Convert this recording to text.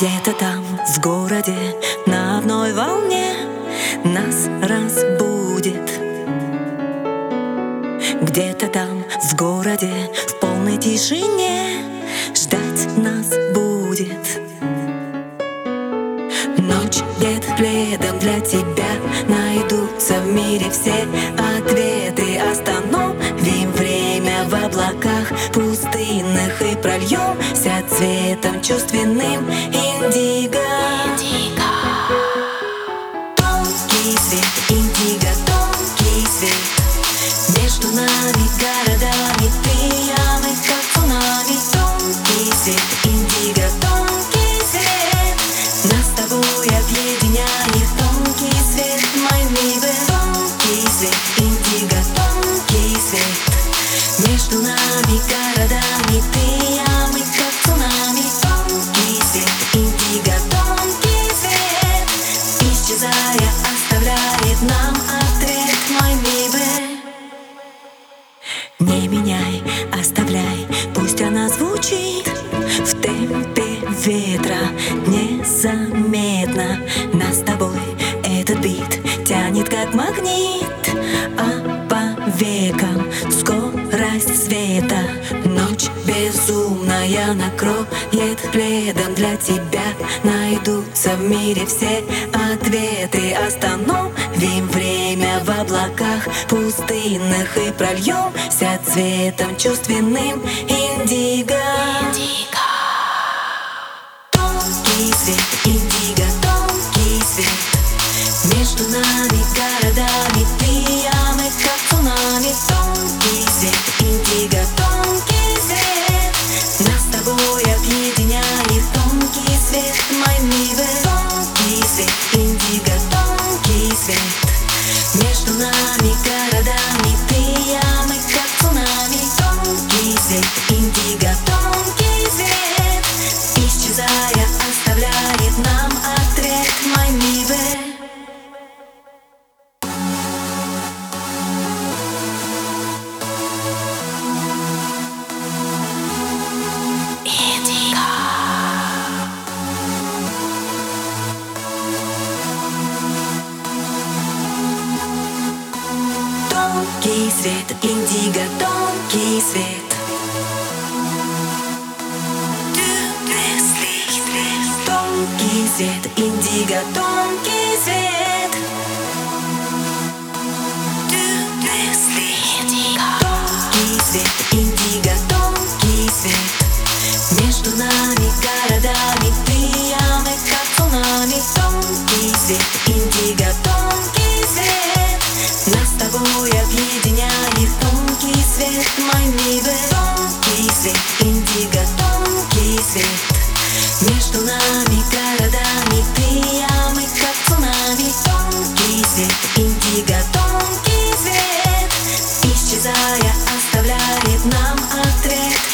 Где-то там, в городе, на одной волне нас разбудит. Где-то там, в городе, в полной тишине ждать нас будет. Ночь бед пледом для тебя, найдутся в мире все ответы. Остановим время в облаках пустынных и прольемся цветом чувственным индиго. Тонкий свет, индиго, тонкий свет, между нами городами ты, а мы как цунами. Тонкий свет, индиго, тонкий свет, нас с тобой объединяет тонкий свет, мой милый. Тонкий свет, индиго, тонкий свет, между нами городами ты, а мы как цунами. Тонкий свет, индиго, тонкий свет, исчезая, оставляет нам ответ, мой милый. Не меняй, оставляй, пусть она звучит в темпе ветра, незаметно. Нас с тобой этот бит тянет как магнит, а по векам скорость света. Ночь безумная накроет пледом для тебя, найдутся в мире все ответы. Остановим время в облаках пустынных и прольемся цветом чувственным индиго. Тонкий свет, индиго, тонкий свет, между нами городами ты, а мы как цунами. Тонкий свет, индиго, тонкий свет, нас с тобой объединяет тонкий свет, мой милый. Тонкий свет, индиго, тонкий свет, между нами городами ты, а мы как цунами. Тонкий свет, индиго, тонкий свет, исчезая, оставляет нам ответ, мой милый. Тонкий свет, индиго, тонкий свет. Тонкий свет, индиго, тонкий свет. Тонкий свет, индиго, тонкий свет, между нами городами ты, а мы как цунами. Тонкий свет, индиго, тонкий свет, нас с тобой объединяет тонкий свет, мой милый. Тонкий свет, индиго, тонкий свет, между нами городами ты, а мы как цунами. Тонкий свет, индиго, тонкий свет, исчезая, оставляет нам ответ.